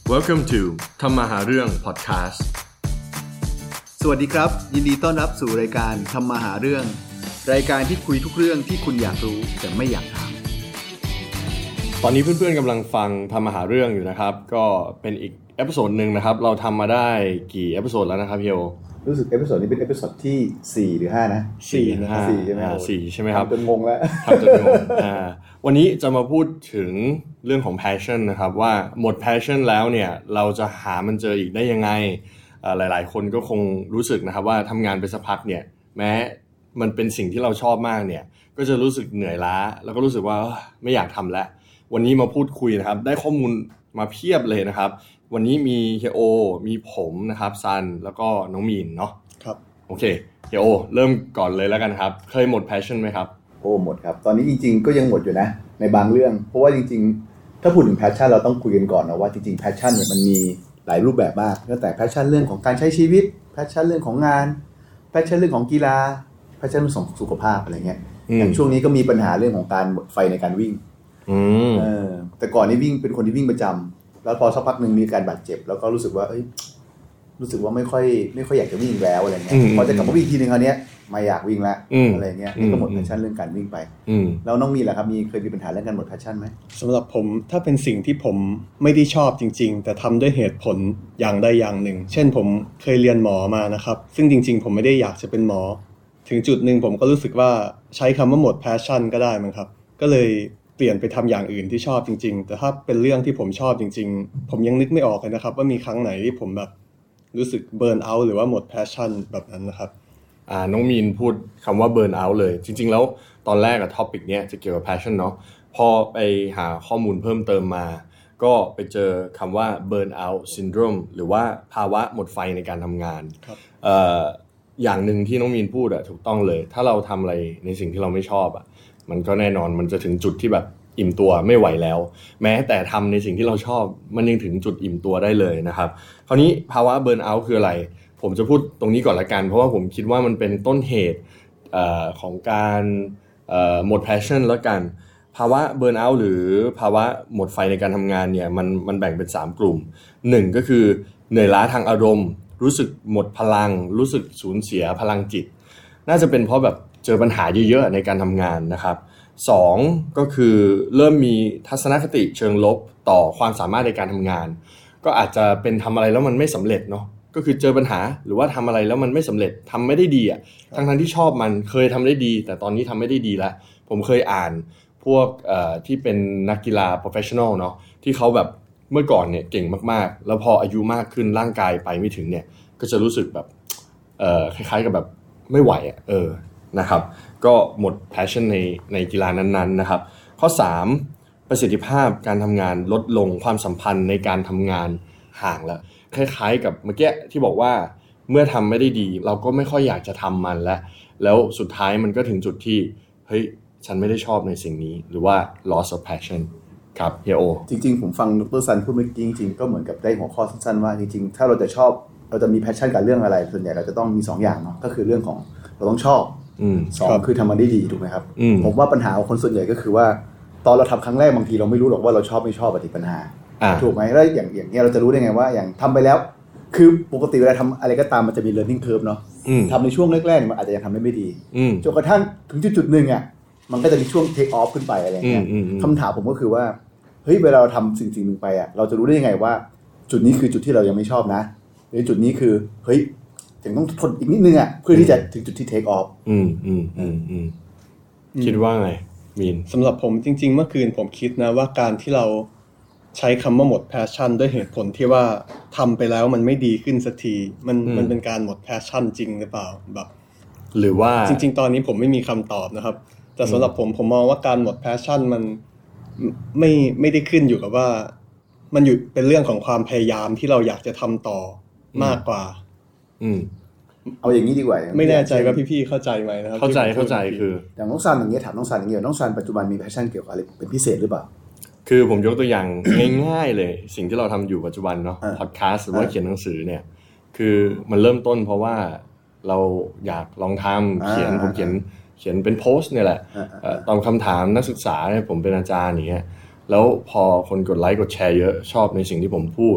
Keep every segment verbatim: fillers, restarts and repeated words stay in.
Welcome to ทำมาหาเรื่อง podcast สวัสดีครับยินดีต้อนรับสู่รายการทำมาหาเรื่องรายการที่คุยทุกเรื่องที่คุณอยากรู้แต่ไม่อยากถามตอนนี้เพื่อนๆกำลังฟังทำมาหาเรื่องอยู่นะครับก็เป็นอีกเอพิโซดนึงนะครับเราทำมาได้กี่เอพิโซดแล้วนะครับเฮียรู้สึกเอพิโซดนี้เป็นเอพิโซดที่สี่หรือห้านะสี่นะสี่ใช่ไหมสี่ใช่ไหมครับจนงงแล้วทำจนงงอ่าวันนี้จะมาพูดถึงเรื่องของ passion นะครับว่าหมด passion แล้วเนี่ยเราจะหามันเจออีกได้ยังไงหลายๆคนก็คงรู้สึกนะครับว่าทำงานไปสักพักเนี่ยแม้มันเป็นสิ่งที่เราชอบมากเนี่ยก็จะรู้สึกเหนื่อยล้าแล้วก็รู้สึกว่าไม่อยากทำแล้ววันนี้มาพูดคุยนะครับได้ข้อมูลมาเพียบเลยนะครับวันนี้มีเฮียโอมีผมนะครับซันแล้วก็น้องมีนเนาะครับโอเคเฮียโอเริ่มก่อนเลยแล้วกันครับเคยหมด passion ไหมครับโอ้หมดครับตอนนี้จริงๆก็ยังหมดอยู่นะในบางเรื่องเพราะว่าจริงๆถ้าพูดถึง passion เราต้องคุยกันก่อนนะว่าจริงๆ passion เนี่ยมันมีหลายรูปแบบมากตั้งแต่ passion เรื่องของการใช้ชีวิต passion เรื่องของงาน passion เรื่องของกีฬา passion เรื่องของสุขภาพอะไรเงี้ยอย่างช่วงนี้ก็มีปัญหาเรื่องของการหมดไฟในการวิ่งเออแต่ก่อนนี่วิ่งเป็นคนที่วิ่งประจำแล้วพอสักพักนึงมีการบาดเจ็บแล้วก็รู้สึกว่าเอ้ยรู้สึกว่าไม่ค่อยไม่ค่อยอยากจะวิ่งแล้วอะไรเงี้ยพอจะกลับมาวิ่งทีนึงคราวนี้ไม่อยากวิ่งแล้วอะไรเงี้ยนี่ก็หมดแพชชั่นเรื่องการวิ่งไปแล้วน้องมีแหละครับมีเคยมีปัญหาเรื่องการหมดแพชชั่นไหมสำหรับผมถ้าเป็นสิ่งที่ผมไม่ได้ชอบจริงๆแต่ทำด้วยเหตุผลอย่างใดอย่างหนึ่งเช่นผมเคยเรียนหมอมานะครับซึ่งจริงๆผมไม่ได้อยากจะเป็นหมอถึงจุดหนึ่งผมก็รู้สึกว่าใช้คำว่าหมดแพชชั่นก็ได้มั้งครับก็เลยเปลี่ยนไปทำอย่างอื่นที่ชอบจริงๆแต่ถ้าเป็นเรื่องที่ผมชอบจริงๆผมยังนึกไม่ออกเลยนะครับว่ามีครั้งไหนที่ผมแบบรู้สึกเบิร์นเอาท์หรือว่าหมดแพชชั่นแบบนั้นนะครับอ่าน้องมีนพูดคำว่าเบิร์นเอาท์เลยจริงๆแล้วตอนแรกอะท็อปิกเนี้ยจะเกี่ยวกับ passion เนาะพอไปหาข้อมูลเพิ่มเติมมาก็ไปเจอคำว่า burn out syndrome หรือว่าภาวะหมดไฟในการทำงานเอ่ออย่างหนึ่งที่น้องมีนพูดอะถูกต้องเลยถ้าเราทำอะไรในสิ่งที่เราไม่ชอบอะมันก็แน่นอนมันจะถึงจุดที่แบบอิ่มตัวไม่ไหวแล้วแม้แต่ทำในสิ่งที่เราชอบมันยังถึงจุดอิ่มตัวได้เลยนะครับคราวนี้ภาวะเบิร์นเอาท์คืออะไรผมจะพูดตรงนี้ก่อนละกันเพราะว่าผมคิดว่ามันเป็นต้นเหตุเอ่อของการเอ่อหมด passion แล้วกันภาวะเบิร์นเอาท์หรือภาวะหมดไฟในการทำงานเนี่ยมันมันแบ่งเป็นสามกลุ่มหนึ่งก็คือเหนื่อยล้าทางอารมณ์รู้สึกหมดพลังรู้สึกสูญเสียพลังจิตน่าจะเป็นเพราะแบบเจอปัญหาเยอะๆในการทำงานนะครับสองก็คือเริ่มมีทัศนคติเชิงลบต่อความสามารถในการทำงานก็อาจจะเป็นทำอะไรแล้วมันไม่สำเร็จเนาะก็คือเจอปัญหาหรือว่าทำอะไรแล้วมันไม่สำเร็จทำไม่ได้ดีอ่ะทั้งๆที่ชอบมันเคยทำได้ดีแต่ตอนนี้ทำไม่ได้ดีแล้วผมเคยอ่านพวกเอ่อที่เป็นนักกีฬา professional เนาะที่เขาแบบเมื่อก่อนเนี่ยเก่งมากๆแล้วพออายุมากขึ้นร่างกายไปไม่ถึงเนี่ยก็จะรู้สึกแบบเอ่อคล้ายๆกับแบบไม่ไหวอ่ะเออนะครับก็หมด passion ในในกีฬานั้นๆนะครับข้อสามประสิทธิภาพการทำงานลดลงความสัมพันธ์ในการทำงานห่างแล้วคล้ายๆกับเมื่อกี้ที่บอกว่าเมื่อทำไม่ได้ดีเราก็ไม่ค่อยอยากจะทำมันแล้วแล้วสุดท้ายมันก็ถึงจุดที่เฮ้ยฉันไม่ได้ชอบในสิ่งนี้หรือว่า loss of passion ครับเฮียโอจริงๆผมฟังดร.ซันพูดเมื่อกี้จริงๆก็เหมือนกับได้หัวข้อสั้นๆว่าจริงๆถ้าเราจะชอบเราจะมี passion กับเรื่องอะไรส่วนใหญ่เราจะต้องมีสองอย่างเนาะก็คือเรื่องของเราต้องชอบสองคือทำมันได้ดีถูกไหมครับผมว่าปัญหาของคนส่วนใหญ่ก็คือว่าตอนเราทำครั้งแรกบางทีเราไม่รู้หรอกว่าเราชอบไม่ชอบปฏิปัญหาถูกไหมแล้วอย่างอย่างนี้เราจะรู้ได้ไงว่าอย่างทำไปแล้วคือปกติเวลาทำอะไรก็ตามมันจะมี learning curve เนาะทำในช่วงแรกๆมันอาจจะยังทำได้ไม่ดีจนกระทั่งถึงจุดๆหนึ่งอ่ะมันก็จะมีช่วง take off ขึ้นไปอะไรเงี้ยคำถามผมก็คือว่าเฮ้ยเวลาเราทำสิ่งสิ่งหนึ่งไปอ่ะเราจะรู้ได้ยังไงว่าจุดนี้คือจุดที่เรายังไม่ชอบนะหรือจุดนี้คือเฮ้ยยังต้องทนอีกนิดนึงอ่ะเพื่อที่จะถึงจุดที่ take off อืมอืมอืมอืมคิดว่าไงมีนสำหรับผมจริงๆเมื่อคืนผมคิดนะว่าการที่เราใช้คำว่าหมด passion ด้วยเหตุผลที่ว่าทำไปแล้วมันไม่ดีขึ้นสักทีมันมันเป็นการหมด passion จริงหรือเปล่าแบบหรือว่าจริงๆตอนนี้ผมไม่มีคำตอบนะครับแต่สำหรับผมผมมองว่าการหมด passion มันไม่ไม่ได้ขึ้นอยู่กับว่ามันอยู่เป็นเรื่องของความพยายามที่เราอยากจะทำต่อมากกว่าอืมเอาอย่างนี้ดีกว่าไม่แน่ใจว่าพี่ๆเข้าใจไหมนะครับเข้าใจเข้าใจคืออย่างน้องซันอย่างเงี้ยถามน้องซันอย่างเงี้ยน้องซันปัจจุบันมี passion เกี่ยวกับอะไรเป็นพิเศษหรือเปล่าคือผมยกตัวอย่าง ง่ายๆเลยสิ่งที่เราทำอยู่ปัจจุบันเนาะพอดแคสต์หรือว่าเขียนหนังสือเนี่ยคือมันเริ่มต้นเพราะว่าเราอยากลองทำเขียนผมเขียนเขียนเป็นโพสต์เนี่ยแหละตอบคำถามนักศึกษาผมเป็นอาจารย์อย่างเงี้ยแล้วพอคนกดไลค์กดแชร์เยอะชอบในสิ่งที่ผมพูด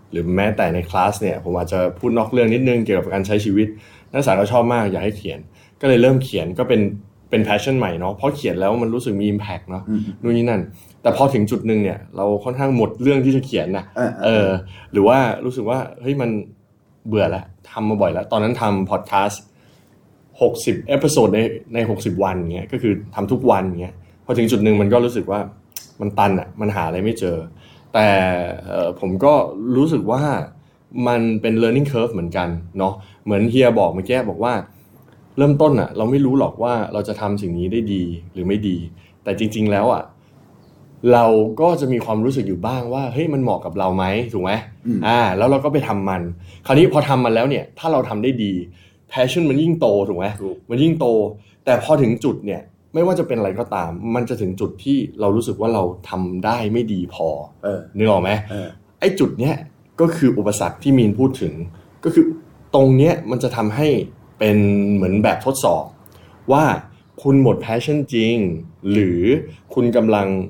หรือแม้แต่ในคลาสเนี่ยผมอาจจะพูดนอกเรื่องนิดนึงเกี่ยวกับการใช้ชีวิตนักศึกษาก็ชอบมากอยากให้เขียนก็เลยเริ่มเขียนก็เป็นเป็น passion ใหม่เนาะเพราะเขียนแล้วมันรู้สึกมี impact เนาะนู่นนี่นั่นแต่พอถึงจุดนึงเนี่ยเราค่อนข้างหมดเรื่องที่จะเขียนนะเออหรือว่ารู้สึกว่าเฮ้ยมันเบื่อแล้วทำมาบ่อยแล้วตอนนั้นทำพอดแคสต์หกสิบเอพิโซดในในหกสิบวันเงี้ยก็คือทำทุกวันเงี้ยพอถึงจุดนึงมันก็รู้สึกว่ามันตันอ่ะมันหาอะไรไม่เจอแต่เอ่อผมก็รู้สึกว่ามันเป็น learning curve เหมือนกันเนาะเหมือนเฮียบอกเมื่อกี้บอกว่าเริ่มต้นอ่ะเราไม่รู้หรอกว่าเราจะทำสิ่งนี้ได้ดีหรือไม่ดีแต่จริงๆแล้วอ่ะเราก็จะมีความรู้สึกอยู่บ้างว่าเฮ้ยมันเหมาะกับเราไหมถูกไหมอ่าแล้วเราก็ไปทำมันคราวนี้พอทำมันแล้วเนี่ยถ้าเราทำได้ดี passion มันยิ่งโตถูกไหมมันยิ่งโตแต่พอถึงจุดเนี่ยไม่ว่าจะเป็นอะไรก็ตามมันจะถึงจุดที่เรารู้สึกว่าเราทำได้ไม่ดีพอเออนึกออกไหมเออไอ้จุดเนี้ยก็คืออุปสรรคที่มีนพูดถึงก็คือตรงเนี้ยมันจะทำให้เป็นเหมือนแบบทดสอบว่าคุณหมด passion จริงหรือคุณกำลัง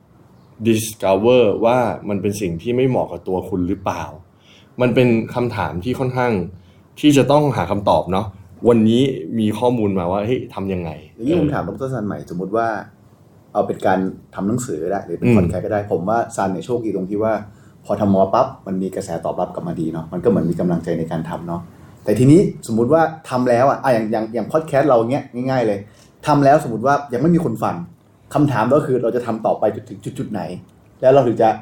discover ว่ามันเป็นสิ่งที่ไม่เหมาะกับตัวคุณหรือเปล่ามันเป็นคำถามที่ค่อนข้างที่จะต้องหาคำตอบเนาะวันนี้มีข้อมูลมาว่าเฮ้ยทำยังไงอย่างนี้ผมถามดร.ซันใหม่สมมติว่าเอาเป็นการทำหนังสือก็ได้หรือเป็นพอดแคสต์ก็ได้ผมว่าซันเนี่ยโชคดีตรงที่ว่าพอทำมอปั๊บมันมีกระแสตอบรับกลับมาดีเนาะมันก็เหมือนมีกำลังใจในการทำเนาะแต่ทีนี้สมมุติว่าทำแล้วอ่ะอย่างอย่างอย่างพอดแคสต์เราเงี้ยง่ายๆเลยทำแล้วสมมติว่ายังไม่มีคนฟังคำถามก็คือเราจะทำต่อไปจนถึงจุดๆไหนแล้วเราถึงจะ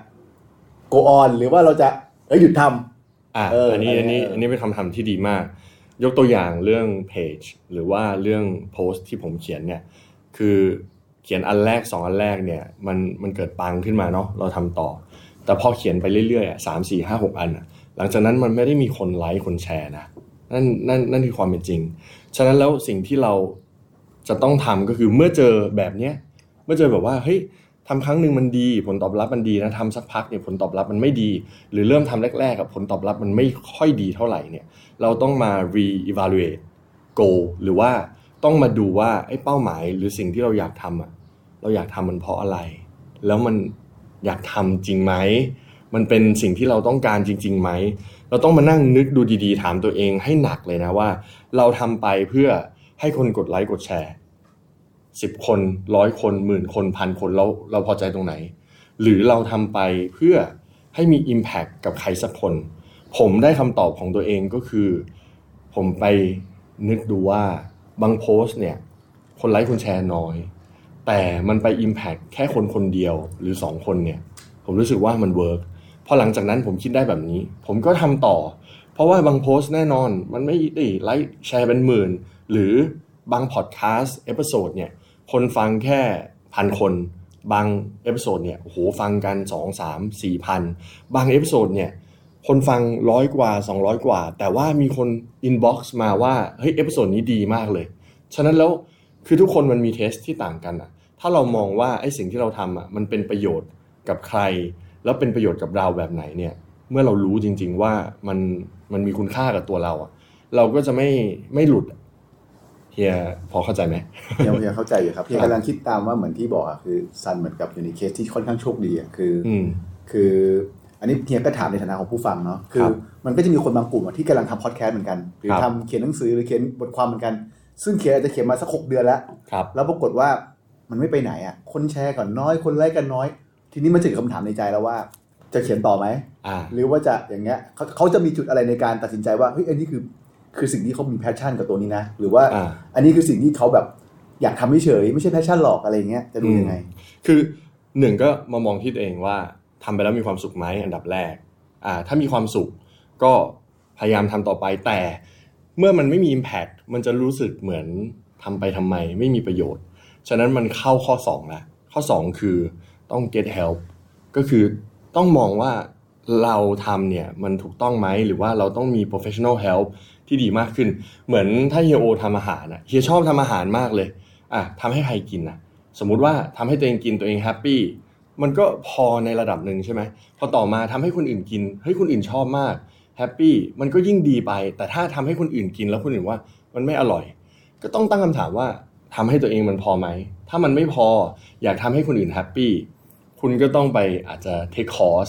go on หรือว่าเราจะเอ้ยหยุดทำอ่ะอันนี้อันนี้อันนี้เป็นคำถามที่ดีมากยกตัวอย่างเรื่องเพจหรือว่าเรื่องโพสต์ที่ผมเขียนเนี่ยคือเขียนอันแรกสองอันแรกเนี่ยมันมันเกิดปังขึ้นมาเนาะเราทำต่อแต่พอเขียนไปเรื่อยๆอ่ะสามสี่ห้าหกอันอ่ะหลังจากนั้นมันไม่ได้มีคนไลค์คนแชร์นะนั่นนั่นนั่นคือความเป็นจริงฉะนั้นแล้วสิ่งที่เราจะต้องทำก็คือเมื่อเจอแบบเนี้ยเมื่อเจอแบบว่าเฮ้ยทำครั้งหนึ่งมันดีผลตอบรับมันดีนะทำสักพักเนี่ยผลตอบรับมันไม่ดีหรือเริ่มทำแรกๆกับผลตอบรับมันไม่ค่อยดีเท่าไหร่เนี่ยเราต้องมา re-evaluate goal หรือว่าต้องมาดูว่าไอ้เป้าหมายหรือสิ่งที่เราอยากทำอ่ะเราอยากทำมันเพราะอะไรแล้วมันอยากทำจริงไหมมันเป็นสิ่งที่เราต้องการจริงๆไหมเราต้องมานั่งนึกดูดีๆถามตัวเองให้หนักเลยนะว่าเราทำไปเพื่อให้คนกดไลค์กดแชร์สิบคนร้อยคนหมื่นคนพันคนเราเราพอใจตรงไหนหรือเราทำไปเพื่อให้มี impact กับใครสักคนผมได้คำตอบของตัวเองก็คือผมไปนึกดูว่าบางโพสต์เนี่ยคนไลค์คนแชร์น้อยแต่มันไป impact แค่คนคนเดียวหรือสองคนเนี่ยผมรู้สึกว่ามันเวิร์กพอหลังจากนั้นผมคิดได้แบบนี้ผมก็ทำต่อเพราะว่าบางโพสต์แน่นอนมันไม่ได้ไลค์แชร์เป็นหมื่นหรือบางพอดแคสต์เอพิโซดเนี่ยคนฟังแค่พันคนบางเอพิโซดเนี่ยโอ้โหฟังกันสอง สาม สี่พันบางเอพิโซดเนี่ยคนฟังร้อยกว่าสองร้อยกว่าแต่ว่ามีคนอินบ็อกซ์มาว่าเฮ้ยเอพิโซดนี้ดีมากเลยฉะนั้นแล้วคือทุกคนมันมีเทสที่ต่างกันอ่ะถ้าเรามองว่าไอ้สิ่งที่เราทำอ่ะมันเป็นประโยชน์กับใครแล้วเป็นประโยชน์กับเราแบบไหนเนี่ยเมื่อเรารู้จริงๆว่ามันมันมีคุณค่ากับตัวเราอ่ะเราก็จะไม่ไม่หลุดเฮียพอเข้าใจไหมเฮียเฮียเข้าใจอยู่ครับเฮียกำลังคิดตามว่าเหมือนที่บอกอ่ะคือซันเหมือนกับอยู่ในเคสที่ค่อนข้างโชคดีอ่ะคือคืออันนี้เฮียก็ถามในฐานะของผู้ฟังเนาะคือมันก็จะมีคนบางกลุ่มที่กำลังทำพอดแคสต์เหมือนกันหรือทำเขียนหนังสือหรือเขียนบทความเหมือนกันซึ่งเขียนอาจจะเขียนมาสักหกเดือนแล้วแล้วปรากฏว่ามันไม่ไปไหนอ่ะคนแชร์ก่อนน้อยคนไลค์กันน้อยทีนี้มาถึงคำถามในใจแล้วว่าจะเขียนต่อไหมหรือว่าจะอย่างเงี้ยเขาเขาจะมีจุดอะไรในการตัดสินใจว่าเฮ้ยอันนี้คือคือสิ่งที่เขามีแพชชั่นกับตัวนี้นะหรือว่า อ, อันนี้คือสิ่งที่เขาแบบอยากทำไม่เฉยไม่ใช่แพชชั่นหรอกอะไรเงี้ยจะดูยังไงคือหนึ่งก็มามองที่ตัวเองว่าทำไปแล้วมีความสุขไหมอันดับแรกอ่าถ้ามีความสุขก็พยายามทำต่อไปแต่เมื่อมันไม่มี impact มันจะรู้สึกเหมือนทำไปทำไมไม่มีประโยชน์ฉะนั้นมันเข้าข้อสองแล้วข้อสองคือต้อง get help ก็คือต้องมองว่าเราทำเนี่ยมันถูกต้องไหมหรือว่าเราต้องมี professional help ที่ดีมากขึ้นเหมือนถ้าเฮียโอทำอาหารอ่ะเฮียชอบทำอาหารมากเลยอ่ะทำให้ใครกินนะสมมุติว่าทำให้ตัวเองกินตัวเองแฮปปี้มันก็พอในระดับหนึ่งใช่ไหมพอต่อมาทำให้คนอื่นกินเฮ้ยคนอื่นชอบมากแฮปปี้มันก็ยิ่งดีไปแต่ถ้าทำให้คนอื่นกินแล้วคนอื่นว่ามันไม่อร่อยก็ต้องตั้งคำถามว่าทำให้ตัวเองมันพอไหมถ้ามันไม่พออยากทำให้คนอื่นแฮปปี้คุณก็ต้องไปอาจจะ take course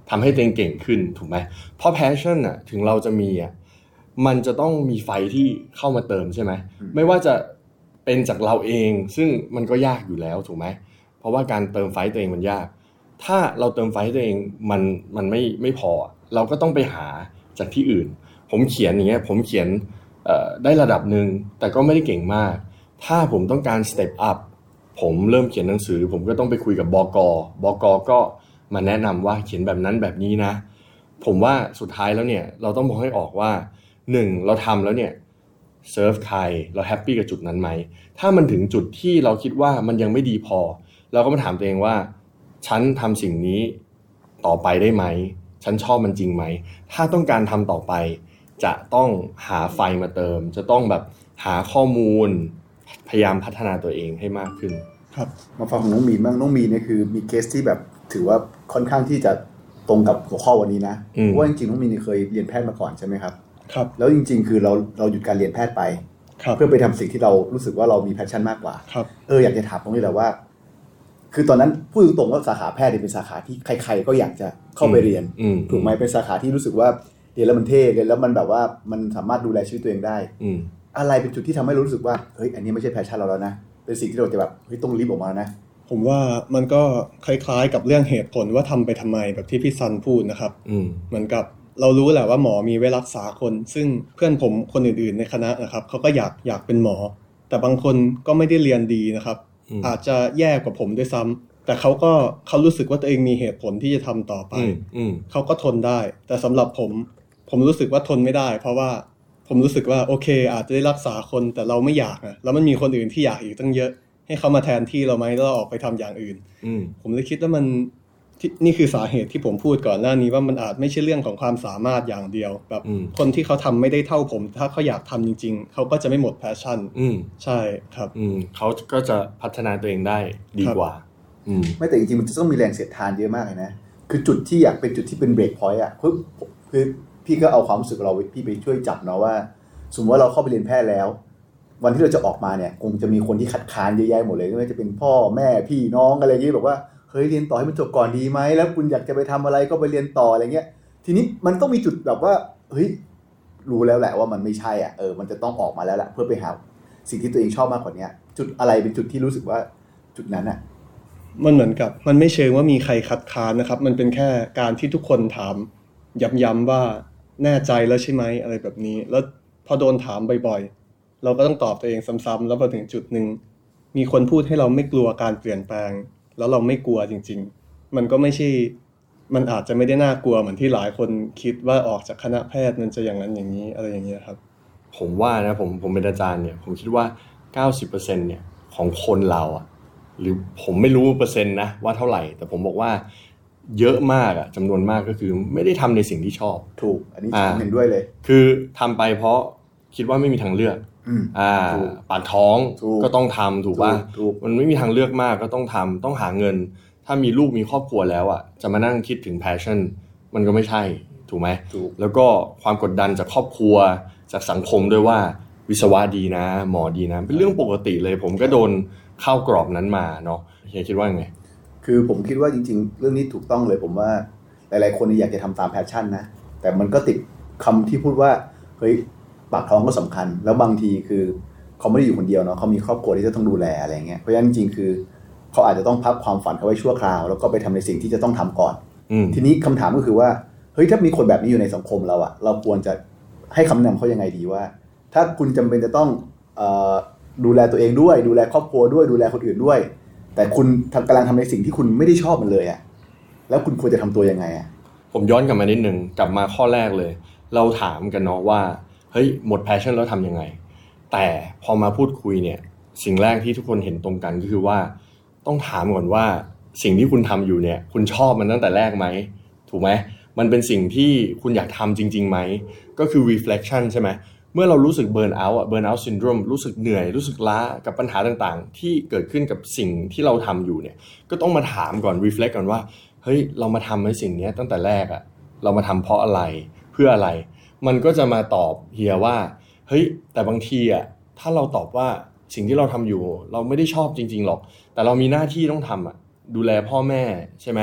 ทำให้ตัวเองเก่งขึ้นถูกไหมเพราะ passion อ่ะถึงเราจะมีอ่ะมันจะต้องมีไฟที่เข้ามาเติมใช่ไหมไม่ว่าจะเป็นจากเราเองซึ่งมันก็ยากอยู่แล้วถูกไหมเพราะว่าการเติมไฟตัวเองมันยากถ้าเราเติมไฟตัวเองมันมันไม่ไม่พอเราก็ต้องไปหาจากที่อื่นผมเขียนอย่างเงี้ยผมเขียนเอ่อได้ระดับหนึ่งแต่ก็ไม่ได้เก่งมากถ้าผมต้องการ step up ผมเริ่มเขียนหนังสือผมก็ต้องไปคุยกับบก.บก.ก็มาแนะนำว่าเขียนแบบนั้นแบบนี้นะผมว่าสุดท้ายแล้วเนี่ยเราต้องมองให้ออกว่าหนึ่งเราทำแล้วเนี่ยเซิร์ฟใครเราแฮปปี้กับจุดนั้นไหมถ้ามันถึงจุดที่เราคิดว่ามันยังไม่ดีพอเราก็มาถามตัวเองว่าฉันทำสิ่งนี้ต่อไปได้ไหมฉันชอบมันจริงไหมถ้าต้องการทำต่อไปจะต้องหาไฟมาเติมจะต้องแบบหาข้อมูลพยายามพัฒนาตัวเองให้มากขึ้นครับมาฟังของน้องมีนบ้างน้องมีนเนี่ยคือมีเคสที่แบบถือว่าค่อนข้างที่จะตรงกับหัวข้อวันนี้นะเพราะว่าจริงๆน้องมีนเคยเรียนแพทย์มาก่อนใช่ไหมครับครับแล้วจริงๆคือเราเราหยุดการเรียนแพทย์ไปเพื่อไปทำสิ่งที่เรารู้สึกว่าเรามีแพชชั่นมากกว่าเอออยากจะถามตรงนี้แหละว่าคือตอนนั้นพูดตรงๆว่าสาขาแพทย์เป็นสาขาที่ใครๆก็อยากจะเข้าไปเรียนถูกไหมเป็นสาขาที่รู้สึกว่าเรียนแล้วมันเท่เรียนแล้วมันแบบว่ามันสามารถดูแลชีวิตตัวเองได้อะไรเป็นจุดที่ทำให้รู้สึกว่าเฮ้ยอันนี้ไม่ใช่แพชชั่นเราแล้วนะเป็นสิ่งที่เราจะแบบเฮ้ยต้องรีบออกมานะผมว่ามันก็คล้ายๆกับเรื่องเหตุผลว่าทำไปทำไมแบบที่พี่ซันพูดนะครับเหมือนกับเรารู้แหละว่าหมอมีไว้รักษาคนซึ่งเพื่อนผมคนอื่นๆในคณะนะครับเขาก็อยากอยากเป็นหมอแต่บางคนก็ไม่ได้เรียนดีนะครับอาจจะแย่กว่าผมด้วยซ้ำแต่เขาก็เขารู้สึกว่าตัวเองมีเหตุผลที่จะทำต่อไปเขาก็ทนได้แต่สำหรับผมผมรู้สึกว่าทนไม่ได้เพราะว่าผมรู้สึกว่าโอเคอาจจะได้รักษาคนแต่เราไม่อยากนะแล้วมันมีคนอื่นที่อยากอีกตั้งเยอะให้เขามาแทนที่เราไหมแล้วเราออกไปทำอย่างอื่นผมเลยคิดว่ามันนี่คือสาเหตุที่ผมพูดก่อนหน้านี้ว่ามันอาจไม่ใช่เรื่องของความสามารถอย่างเดียวแบบคนที่เขาทำไม่ได้เท่าผมถ้าเขาอยากทำจริงๆเขาก็จะไม่หมดแพชชั่นใช่ครับเขาก็จะพัฒนาตัวเองได้ดีกว่าไม่แต่จริงๆมันจะต้องมีแรงเสียดทานเยอะมากเลยนะคือจุดที่อยากเป็นจุดที่เป็นเบรกพอยต์อ่ะคือคือพี่ก็เอาความรู้สึกเราพี่ไปช่วยจับเนาะว่าสมมติว่าเราเข้าไปเรียนแพทย์แล้ววันที่เราจะออกมาเนี่ยคงจะมีคนที่คัดค้านเยอะแยะหมดเลยไม่ว่าจะเป็นพ่อแม่พี่น้องอะไรอย่างนี้แบบว่าเฮ้ยเรียนต่อให้มันจบก่อนดีไหมแล้วคุณอยากจะไปทำอะไรก็ไปเรียนต่ออะไรเงี้ยทีนี้มันต้องมีจุดแบบว่าเฮ้ยรู้แล้วแหละว่ามันไม่ใช่อ่ะเออมันจะต้องออกมาแล้วแหละเพื่อไปหาสิ่งที่ตัวเองชอบมากกว่านี้จุดอะไรเป็นจุดที่รู้สึกว่าจุดนั้นอ่ะมันเหมือนกับมันไม่เชิงว่ามีใครคัดค้านนะครับมันเป็นแค่การที่ทุกคนถามย้ำๆว่าแน่ใจแล้วใช่ไหมอะไรแบบนี้แล้วพอโดนถามบ่อยๆเราก็ต้องตอบตัวเองซ้ำๆแล้วพอถึงจุดนึงมีคนพูดให้เราไม่กลัวการเปลี่ยนแปลงแล้วเราไม่กลัวจริงๆมันก็ไม่ใช่มันอาจจะไม่ได้น่ากลัวเหมือนที่หลายคนคิดว่าออกจากคณะแพทย์มันจะอย่างนั้นอย่างนี้อะไรอย่างเงี้ยครับผมว่านะผมผมเป็นอาจารย์เนี่ยผมคิดว่า เก้าสิบเปอร์เซ็นต์ เนี่ยของคนเราอ่ะหรือผมไม่รู้เปอร์เซ็นต์นะว่าเท่าไหร่แต่ผมบอกว่าเยอะมากอ่ะจำนวนมากก็คือไม่ได้ทำในสิ่งที่ชอบถูกอันนี้ผมเห็นด้วยเลยคือทำไปเพราะคิดว่าไม่มีทางเลือกอ่าปากท้องก็ต้องทำถูกป่ะมันไม่มีทางเลือกมากก็ต้องทำต้องหาเงินถ้ามีลูกมีครอบครัวแล้วอ่ะจะมานั่งคิดถึง passion มันก็ไม่ใช่ถูกไหมแล้วก็ความกดดันจากครอบครัวจากสังคมด้วยว่าวิศวะดีนะหมอดีนะเป็นเรื่องปกติเลยผมก็โดนเข้ากรอบนั้นมาเนาะเฮียคิดว่าไงคือผมคิดว่าจริงๆเรื่องนี้ถูกต้องเลยผมว่าหลายๆคนอยากจะทำตาม passion นะแต่มันก็ติดคำที่พูดว่าเฮ้ยปากท้องก็สำคัญแล้วบางทีคือเขาไม่ได้อยู่คนเดียวเนาะเขามีครอบครัวที่จะต้องดูแลอะไรเงี้ยเพราะฉะนั้นจริงๆคือเขาอาจจะต้องพักความฝันเขาไว้ชั่วคราวแล้วก็ไปทำในสิ่งที่จะต้องทำก่อนทีนี้คำถามก็คือว่าเฮ้ยถ้ามีคนแบบนี้อยู่ในสังคมเราอะเราควรจะให้คำแนะนำเขายังไงดีว่าถ้าคุณจำเป็นจะต้องเอ่อดูแลตัวเองด้วยดูแลครอบครัวด้วยดูแลคนอื่นด้วยแต่คุณกำลังทำในสิ่งที่คุณไม่ได้ชอบมันเลยอะแล้วคุณควรจะทำตัวยังไงอะผมย้อนกลับมานิดนึงกลับมาข้อแรกเลยเราถามกันเนาะว่าเฮ้ยหมด passion แล้วทำยังไงแต่พอมาพูดคุยเนี่ยสิ่งแรกที่ทุกคนเห็นตรงกันก็คือว่าต้องถามก่อนว่าสิ่งที่คุณทำอยู่เนี่ยคุณชอบมันตั้งแต่แรกไหมถูกไหมมันเป็นสิ่งที่คุณอยากทำจริงๆไหมก็คือ reflection ใช่ไหมเมื่อเรารู้สึก burn out อ่ะ burn out syndrome รู้สึกเหนื่อยรู้สึกล้ากับปัญหาต่างๆที่เกิดขึ้นกับสิ่งที่เราทำอยู่เนี่ยก็ต้องมาถามก่อน reflect ก่อนว่าเฮ้ยเรามาทำในสิ่งนี้ตั้งแต่แรกอ่ะเรามาทำเพราะอะไรเพื่ออะไรมันก็จะมาตอบเฮียว่าเฮ้ยแต่บางทีอ่ะถ้าเราตอบว่าสิ่งที่เราทำอยู่เราไม่ได้ชอบจริงๆหรอกแต่เรามีหน้าที่ต้องทำอ่ะดูแลพ่อแม่ใช่ไหม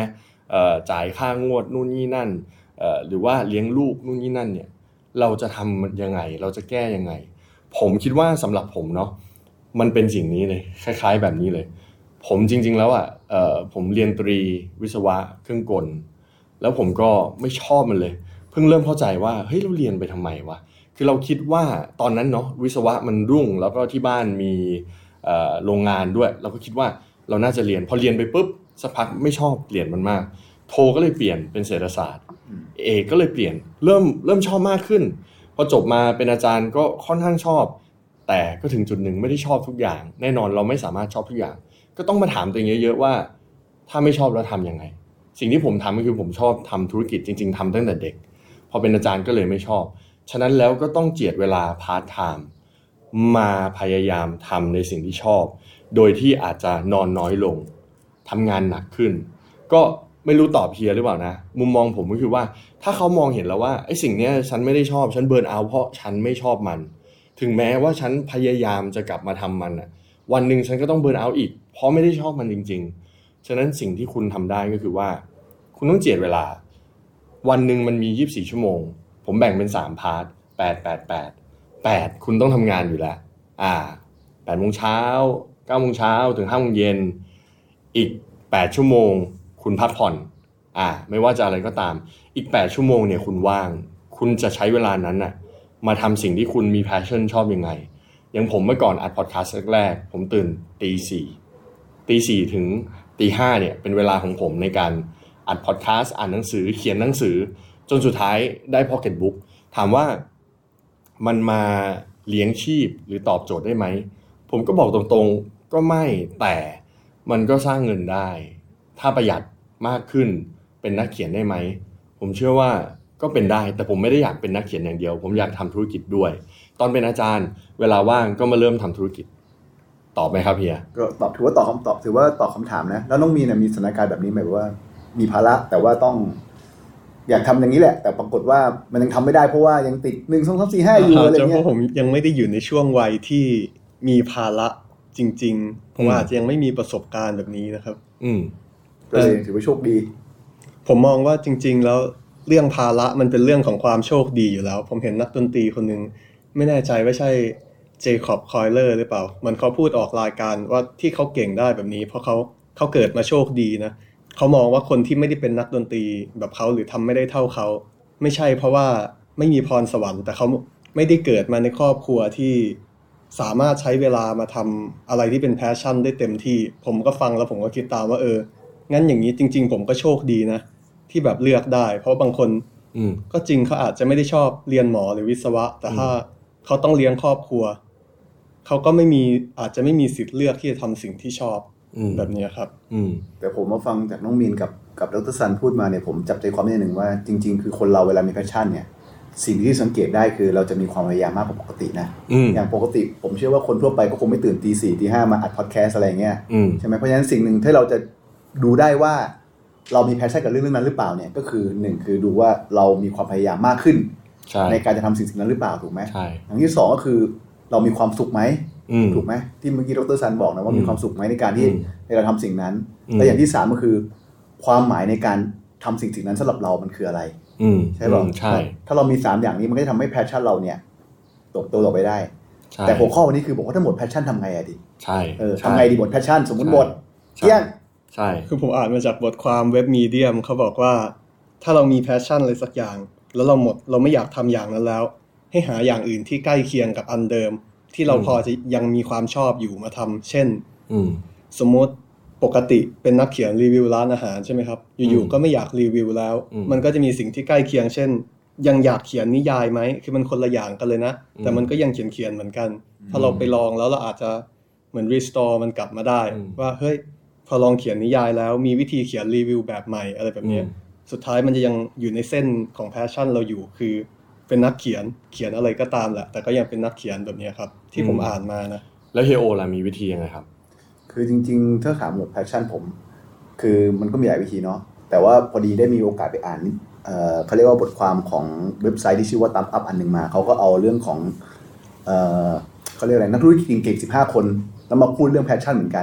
จ่ายค่างวดนู่นนี่นั่นหรือว่าเลี้ยงลูกนู่นนี่นั่นเนี่ยเราจะทำยังไงเราจะแก้ยังไงผมคิดว่าสำหรับผมเนาะมันเป็นสิ่งนี้เลยคล้ายๆแบบนี้เลยผมจริงๆแล้วอ่ะผมเรียนตรีวิศวะเครื่องกลแล้วผมก็ไม่ชอบมันเลยเพิ่งเริ่มเข้าใจว่าเฮ้ยเราเรียนไปทำไมวะคือเราคิดว่าตอนนั้นเนาะวิศวะมันรุ่งแล้วก็ที่บ้านมีโรงงานด้วยเราก็คิดว่าเราน่าจะเรียนพอเรียนไปปุ๊บสักพักไม่ชอบเปลี่ยนมันมากโทก็เลยเปลี่ยนเป็นเศรษฐศาสตร์เอกก็เลยเปลี่ยนเริ่มเริ่มชอบมากขึ้นพอจบมาเป็นอาจารย์ก็ค่อนข้างชอบแต่ก็ถึงจุดหนึ่งไม่ได้ชอบทุกอย่างแน่นอนเราไม่สามารถชอบทุกอย่างก็ต้องมาถามตัวเองเยอะๆว่าถ้าไม่ชอบแล้วทำยังไงสิ่งที่ผมทำก็คือผมชอบทำธุรกิจจริงๆทำตั้งแต่เด็กพอเป็นอาจารย์ก็เลยไม่ชอบฉะนั้นแล้วก็ต้องเจียดเวลาพาร์ทไทม์มาพยายามทำในสิ่งที่ชอบโดยที่อาจจะนอนน้อยลงทำงานหนักขึ้นก็ไม่รู้ตอบเพียหรือเปล่านะมุมมองผมก็คือว่าถ้าเขามองเห็นแล้วว่าไอ้สิ่งนี้ฉันไม่ได้ชอบฉันเบิร์นเอาท์เพราะฉันไม่ชอบมันถึงแม้ว่าฉันพยายามจะกลับมาทำมันอ่ะวันหนึ่งฉันก็ต้องเบิร์นเอาท์อีกเพราะไม่ได้ชอบมันจริงๆฉะนั้นสิ่งที่คุณทำได้ก็คือว่าคุณต้องเจียดเวลาวันหนึ่งมันมียี่สิบสี่ชั่วโมงผมแบ่งเป็นสามพาร์ทแปด แปด แปด แปดคุณต้องทำงานอยู่แล้วอ่าแปดโมงเช้าเก้าโมงเช้าถึงห้าโมงเย็นอีกแปดชั่วโมงคุณพักผ่อนอ่าไม่ว่าจะอะไรก็ตามอีกแปดชั่วโมงเนี่ยคุณว่างคุณจะใช้เวลานั้นน่ะมาทำสิ่งที่คุณมี passion ชอบยังไงอย่างผมเมื่อก่อนอัดพอดคาสต์แรกๆผมตื่นตีสี่ตีสี่ถึงตีห้าเนี่ยเป็นเวลาของผมในการอัดพอดคาสต์อ่านหนังสือเขียนหนังสือจนสุดท้ายได้ Pocket Book ถามว่ามันมาเลี้ยงชีพหรือตอบโจทย์ได้ไหมผมก็บอกตรงๆก็ไม่แต่มันก็สร้างเงินได้ถ้าประหยัดมากขึ้นเป็นนักเขียนได้ไหมผมเชื่อว่าก็เป็นได้แต่ผมไม่ได้อยากเป็นนักเขียนอย่างเดียวผมอยากทำธุรกิจด้วยตอนเป็นอาจารย์เวลาว่างก็มาเริ่มทำธุรกิจตอบไหมครับเฮียก็ตอบถือว่าตอบคำตอบถือว่าตอบคำถามนะแล้วน้องมีเนี่ยมีสถานการณ์แบบนี้ไหมว่ามีภาระแต่ว่าต้องอยากทำอย่างนี้แหละแต่ปรากฏว่ามันยังทำไม่ได้เพราะว่ายังติดหนึ่งสองสามสี่ห้าอยู่อะไรเงี้ยเพราะผมยังไม่ได้อยู่ในช่วงวัยที่มีภาระจริงๆเพราะว่าอาจจะยังไม่มีประสบการณ์แบบนี้นะครับอืมก็เลยถือว่าโชคดีผมมองว่าจริงๆแล้วเรื่องภาระมันเป็นเรื่องของความโชคดีอยู่แล้วผมเห็นนักดนตรีคนนึงไม่แน่ใจว่าใช่เจคอบคอยเลอร์หรือเปล่ามันเขาพูดออกรายการว่าที่เขาเก่งได้แบบนี้เพราะเขาเขาเกิดมาโชคดีนะเขามองว่าคนที่ไม่ได้เป็นนักดนตรีแบบเขาหรือทำไม่ได้เท่าเขาไม่ใช่เพราะว่าไม่มีพรสวรรค์แต่เขาไม่ได้เกิดมาในครอบครัวที่สามารถใช้เวลามาทำอะไรที่เป็นแพชชั่นได้เต็มที่ผมก็ฟังแล้วผมก็คิดตามว่าเอองั้นอย่างนี้จริงๆผมก็โชคดีนะที่แบบเลือกได้เพราะบางคนก็จริงเขาอาจจะไม่ได้ชอบเรียนหมอหรือวิศวะแต่ถ้าเขาต้องเลี้ยงครอบครัวเขาก็ไม่มีอาจจะไม่มีสิทธิ์เลือกที่จะทำสิ่งที่ชอบแบบนี้ครับแต่ผมมาฟังจากน้องมีนกับกับดร.ซันพูดมาเนี่ยผมจับใจความได้หนึ่งว่าจริงๆคือคนเราเวลามีแพชชั่นเนี่ยสิ่งที่สังเกตได้คือเราจะมีความพยายามมากกว่าปกตินะอย่างปกติผมเชื่อว่าคนทั่วไปก็คงไม่ตื่นตีสี่ตีห้ามาอัดพอดแคสต์อะไรเงี้ยใช่ไหมเพราะฉะนั้นสิ่งหนึ่งที่เราจะดูได้ว่าเรามีแพชชั่นกับเรื่องนั้นหรือเปล่าเนี่ยก็คือหนึ่งคือดูว่าเรามีความพยายามมากขึ้น ใ, ในการจะทำสิ่งนั้นหรือเปล่าถูกไหมอย่างที่สองก็คือเรามีความสุขไหมถูกไหมที่เมื่อกี้ดร.ซันบอกนะว่ามีความสุขไหมในการที่เราทำสิ่งนั้นและอย่างที่สามก็คือความหมายในการทำสิ่งสิ่งนั้นสำหรับเรามันคืออะไรใช่ป่ะใช่ถ้าเรามีสามอย่างนี้มันก็จะทำให้แพชชั่นเราเนี่ยโตโตต่อไปได้แต่หัวข้อวันนี้คือบอกว่าถ้าหมดแพชชั่นทำไงอะดิใช่เออทำไงดีหมดแพชชั่นสมมติหมดเที่ยงใช่คือผมอ่านมาจากบทความเว็บมีเดียมเขาบอกว่าถ้าเรามีแพชชั่นอะไรสักอย่างแล้วเราหมดเราไม่อยากทำอย่างนั้นแล้วให้หาอย่างอื่นที่ใกล้เคียงกับอันเดิมที่เราพอจะยังมีความชอบอยู่มาทำเช่นสมมติปกติเป็นนักเขียนรีวิวร้านอาหารใช่ไหมครับอยู่ๆก็ไม่อยากรีวิวแล้วมันก็จะมีสิ่งที่ใกล้เคียงเช่นยังอยากเขียนนิยายไหมคือมันคนละอย่างกันเลยนะแต่มันก็ยังเขียนเขียนเหมือนกันถ้าเราไปลองแล้วเราอาจจะเหมือนรีสตอร์มันกลับมาได้ว่าเฮ้ยพอลองเขียนนิยายแล้วมีวิธีเขียนรีวิวแบบใหม่อะไรแบบนี้สุดท้ายมันจะยังอยู่ในเส้นของแพชชั่นเราอยู่คือเป็นนักเขียนเขียนอะไรก็ตามแหละแต่ก็ยังเป็นนักเขียนแบบนี้ครับที่ผมอ่านมานะแล้วเฮโอล่ะมีวิธียังไงครับคือจริงๆถ้าถามหมดแพชชั่นผมคือมันก็มีหลายวิธีเนาะแต่ว่าพอดีได้มีโอกาสไปอ่านเอ่อเขาเรียกว่าบทความของเว็บไซต์ที่ชื่อว่า Thumb Up อันนึงมาเขาก็เอาเรื่องของเอ่อเขาเรียกอะไรนักธุรกิจเก่งๆสิบห้าคนแล้วมาพูดเรื่องแพชชั่นเหมือนกัน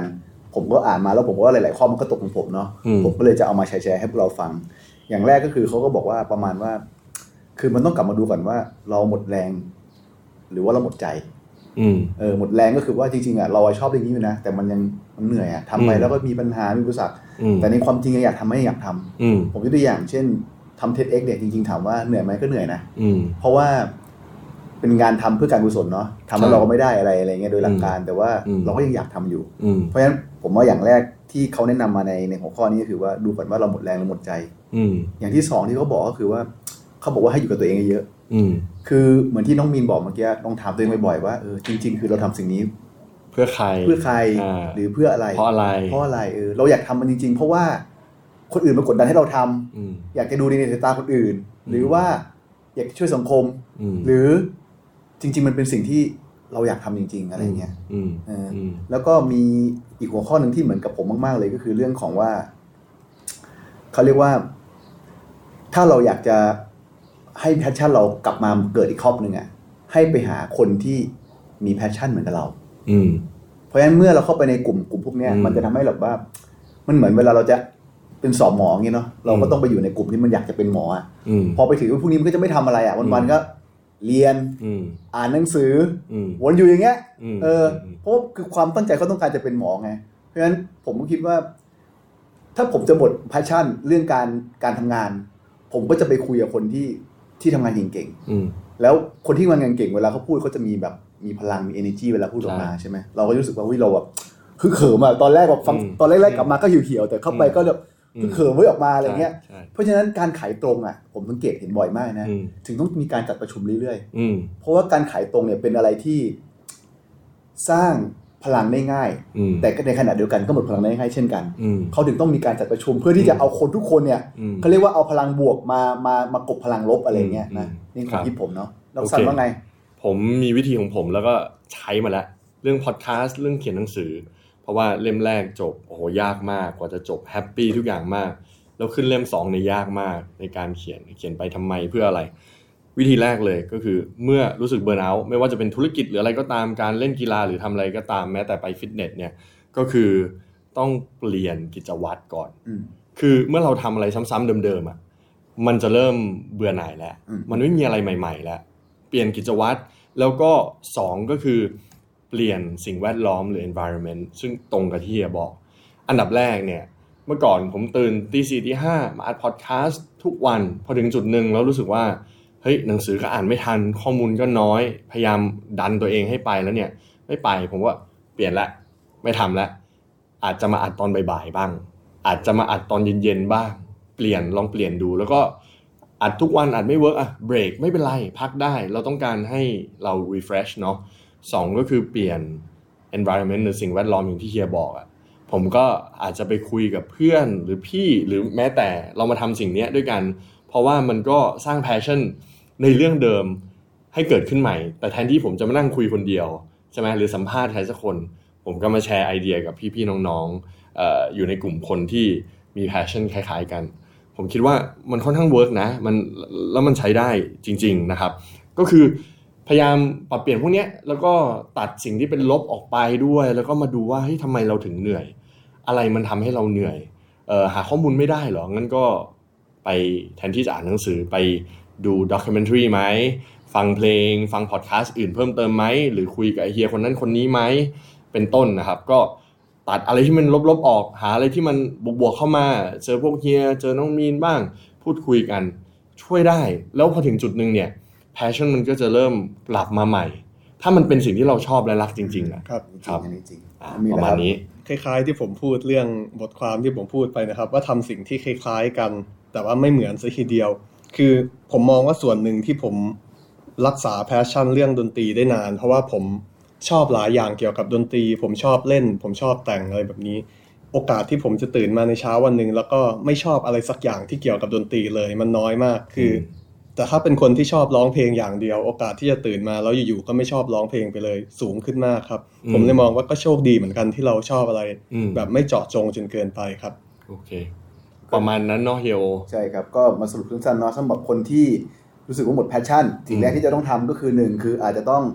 ผมก็อ่านมาแล้วผมว่าหลายๆข้อมันก็ตกของผมเนาะผมก็เลยจะเอามาแชร์ๆให้พวกเราฟังอย่างแรกก็คือเขาก็บอกว่าประมาณว่าคือมันต้องกลับมาดูก่อนว่าเราหมดแรงหรือว่าเราหมดใจเออหมดแรงก็คือว่าจริงๆอ่ะเราชอบเรื่องนี้อยู่นะแต่มันยังมันเหนื่อยอ่ะทำไปแล้วก็มีปัญหามีอุปสรรคแต่ในความจริงอยากทำไม่อยากทำผมยกตัวอย่างเช่นทำ เท็ด เอ็กซ์ เนี่ยจริงๆถามว่าเหนื่อยไหมก็เหนื่อยนะเพราะว่าเป็นงานทำเพื่อการกุศลเนาะทำแล้วเราก็ไม่ได้อะไรอะไรเงี้ยโดยหลักการแต่ว่าเราก็ยังอยากทำอยู่เพราะฉะนั้นผมว่าอย่างแรกที่เขาแนะนำมาในในหัวข้อนี้ก็คือว่าดูก่อนว่าเราหมดแรงหรือหมดใจอย่างที่สองที่เขาบอกก็คือว่าเขาบอกว่าให้อยู่กับตัวเองเยอะคือเหมือนที่น้องมีนบอกเมื่อกี้ลองถามตัวเองบ่อยๆว่าเออจริงๆคือเราทำสิ่งนี้เพื่อใครเพื่อใครหรือเพื่ออะไรเพราะอะไรเพราะอะไรเออเราอยากทำมันจริงๆเพราะว่าคนอื่นมากดดันให้เราทำอยากจะดูในสายตาคนอื่นหรือว่าอยากช่วยสังคมหรือจริงๆมันเป็นสิ่งที่เราอยากทำจริงๆอะไรเงี้ยแล้วก็มีอีกหัวข้อหนึ่งที่เหมือนกับผมมากๆเลยก็คือเรื่องของว่าเขาเรียกว่าถ้าเราอยากจะให้แพชชั่นเรากลับมาเกิดอีกครอบนึงอ่ะให้ไปหาคนที่มีแพชชั่นเหมือนกับเราเพราะฉะนั้นเมื่อเราเข้าไปในกลุ่มกลุ่มพวกนี้มันจะทำให้แบบว่ามันเหมือนเวลาเราจะเป็นสอบหมออย่างเงี้ยเนาะเราก็ต้องไปอยู่ในกลุ่มที่มันอยากจะเป็นหมออ่ะพอไปถึงพวกนี้มันก็จะไม่ทำอะไรอ่ะวันๆก็เรียนอ่านหนังสือวนอยู่อย่างเงี้ยเออเพราะคือความตั้งใจเขาต้องการจะเป็นหมอไงเพราะฉะนั้นผมก็คิดว่าถ้าผมจะหมดแพชชั่นเรื่องการการทำงานผมก็จะไปคุยกับคนที่ที่ทำงานเก่งๆแล้วคนที่ทำงานเก่งเวลาเขาพูดเขาจะมีแบบมีพลังมี energy เวลาพูดออกมาใช่ไหมเราก็รู้สึกว่าวิเราแบบคือเขิมอ่ะตอนแรกแบบฟังตอนแรกๆกลับมาก็เหี่ยวๆแต่เข้าไปก็แบบคือเขิมไว้ออกมาอะไรเงี้ยเพราะฉะนั้นการขายตรงอ่ะผมสังเกตเห็นบ่อยมากนะถึงต้องมีการจัดประชุมเรื่อยๆเพราะว่าการขายตรงเนี่ยเป็นอะไรที่สร้างพลังได้ง่ายแต่ในขณะเดียวกันก็หมดพลังได้ง่ายเช่นกันเขาถึงต้องมีการจัดประชุมเพื่อที่จะเอาคนทุกคนเนี่ยเขาเรียกว่าเอาพลังบวกมามามากบพลังลบอะไรเงี้ยนะนี่ความคิดผมเนาะเราสั่งว่าไงผมมีวิธีของผมแล้วก็ใช้มาแล้วเรื่องพอดแคสต์เรื่องเขียนหนังสือเพราะว่าเล่มแรกจบโอ้โหยากมากกว่าจะจบแฮปปี้ทุกอย่างมากแล้วขึ้นเล่มสองเนี่ยยากมากในการเขียนเขียนไปทำไมเพื่ออะไรวิธีแรกเลยก็คือเมื่อรู้สึกเบิร์นเอาท์ไม่ว่าจะเป็นธุรกิจหรืออะไรก็ตามการเล่นกีฬาหรือทำอะไรก็ตามแม้แต่ไปฟิตเนสเนี่ยก็คือต้องเปลี่ยนกิจวัตรก่อนคือเมื่อเราทำอะไรซ้ำๆเดิมๆอ่ะมันจะเริ่มเบื่อหน่ายแล้วมันไม่มีอะไรใหม่ๆแล้วเปลี่ยนกิจวัตรแล้วก็สองก็คือเปลี่ยนสิ่งแวดล้อมหรือ environment ซึ่งตรงกับที่เฮียบอกอันดับแรกเนี่ยเมื่อก่อนผมตื่นตีสี่ตีห้ามาอัดพอดแคสต์ทุกวันพอถึงจุดหนึ่งแล้วรู้สึกว่าเฮ้ยหนังสือก็อ่านไม่ทันข้อมูลก็น้อยพยายามดันตัวเองให้ไปแล้วเนี่ยไม่ไปผมว่าเปลี่ยนละไม่ทำละอาจจะมาอัดตอนบ่ายๆบ้างอาจจะมาอัดตอนเย็นๆบ้างเปลี่ยนลองเปลี่ยนดูแล้วก็อัดทุกวันอัดไม่เวิร์กอ่ะเบรกไม่เป็นไรพักได้เราต้องการให้เรา refresh เนาะสองก็คือเปลี่ยน environment หรือสิ่งแวดล้อมอย่างที่เฮียบอกอ่ะผมก็อาจจะไปคุยกับเพื่อนหรือพี่หรือแม้แต่เรามาทำสิ่งนี้ด้วยกันเพราะว่ามันก็สร้าง passion ในเรื่องเดิมให้เกิดขึ้นใหม่แต่แทนที่ผมจะมานั่งคุยคนเดียวใช่ไหมหรือสัมภาษณ์ใครสักคนผมก็มาแชร์ไอเดียกับพี่ๆน้องๆ เอ่อ อยู่ในกลุ่มคนที่มี passion คล้ายๆกันผมคิดว่ามันค่อนข้างเวิร์กนะมันแล้วมันใช้ได้จริงๆนะครับก็คือพยายามปรับเปลี่ยนพวกนี้แล้วก็ตัดสิ่งที่เป็นลบออกไปด้วยแล้วก็มาดูว่าเฮ้ยทำไมเราถึงเหนื่อยอะไรมันทำให้เราเหนื่อยเอ่อหาข้อมูลไม่ได้หรองั้นก็ไปแทนที่จะอ่านหนังสือไปดูด็อกิเมนทรีไหมฟังเพลงฟังพอดแคสต์อื่นเพิ่มเติมไหมหรือคุยกับไอเฮียคนนั้นคนนี้ไหมเป็นต้นนะครับก็ตัดอะไรที่มันลบๆออกหาอะไรที่มันบวกๆเข้ามาเจอพวกเฮียเจอน้องมีนบ้างพูดคุยกันช่วยได้แล้วพอถึงจุดนึงเนี่ยแพชชั่นมันก็จะเริ่มกลับมาใหม่ถ้ามันเป็นสิ่งที่เราชอบและรักจริงๆนะครับครับจริงๆประมาณนี้คล้ายๆที่ผมพูดเรื่องบทความที่ผมพูดไปนะครับว่าทำสิ่งที่คล้ายๆกันแต่ว่าไม่เหมือนซะทีเดียวคือผมมองว่าส่วนหนึ่งที่ผมรักษาแพชชั่นเรื่องดนตรีได้นานเพราะว่าผมชอบหลายอย่างเกี่ยวกับดนตรีผมชอบเล่นผมชอบแต่งอะไรแบบนี้โอกาสที่ผมจะตื่นมาในเช้าวันหนึ่งแล้วก็ไม่ชอบอะไรสักอย่างที่เกี่ยวกับดนตรีเลยมันน้อยมากคือแต่ถ้าเป็นคนที่ชอบร้องเพลงอย่างเดียวโอกาสที่จะตื่นมาแล้วอยู่ๆก็ไม่ชอบร้องเพลงไปเลยสูงขึ้นมากครับผมเลยมองว่าก็โชคดีเหมือนกันที่เราชอบอะไรแบบไม่เจาะจงจนเกินไปครับโอเคประมาณนั้นเนาะเฮียโอใช่ครับก็มาสรุปสั้นๆเนาะสำหรับคนที่รู้สึกว่าหมดแพชชั่นสิ่งแรกที่จะต้องทำก็คือหนึ่งคืออาจจะต้อง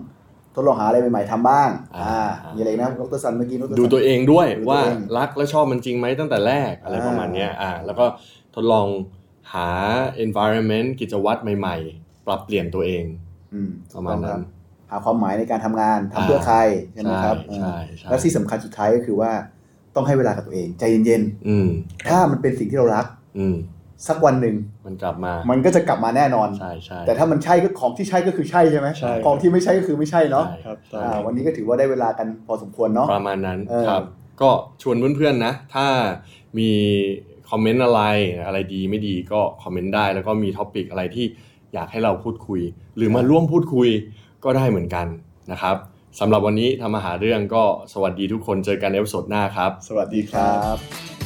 ทดลองหาอะไรใหม่ๆทำบ้างอ่ามีอะไรนะดร.ซันเมื่อกี้ดูตัวเองด้วยว่ารักและชอบมันจริงไหมตั้งแต่แรกอะไรประมาณนี้อ่าแล้วก็ทดลองหา environment กิจวัตรใหม่ๆปรับเปลี่ยนตัวเองประมาณนั้นหาความหมายในการทำงานทำเพื่อใครใช่ไหมครับแล้วที่สำคัญสุดท้ายก็คือว่าต้องให้เวลากับตัวเองใจเย็นๆถ้ามันเป็นสิ่งที่เรารักสักวันหนึ่งมันกลับมามันก็จะกลับมาแน่นอนใช่ใช่แต่ถ้ามันใช่ก็ของที่ใช่ก็คือใช่ใช่ไหมของที่ไม่ใช่ก็คือไม่ใช่เนาะวันนี้ก็ถือว่าได้เวลากันพอสมควรเนาะประมาณนั้นครับก็ชวนเพื่อนๆนะถ้ามีคอมเมนต์อะไรอะไรดีไม่ดีก็คอมเมนต์ได้แล้วก็มีท็อปิกอะไรที่อยากให้เราพูดคุยหรือมาร่วมพูดคุยก็ได้เหมือนกันนะครับสำหรับวันนี้ทำมาหาเรื่องก็สวัสดีทุกคนเจอกันในเอพิโซดหน้าครับสวัสดีครับ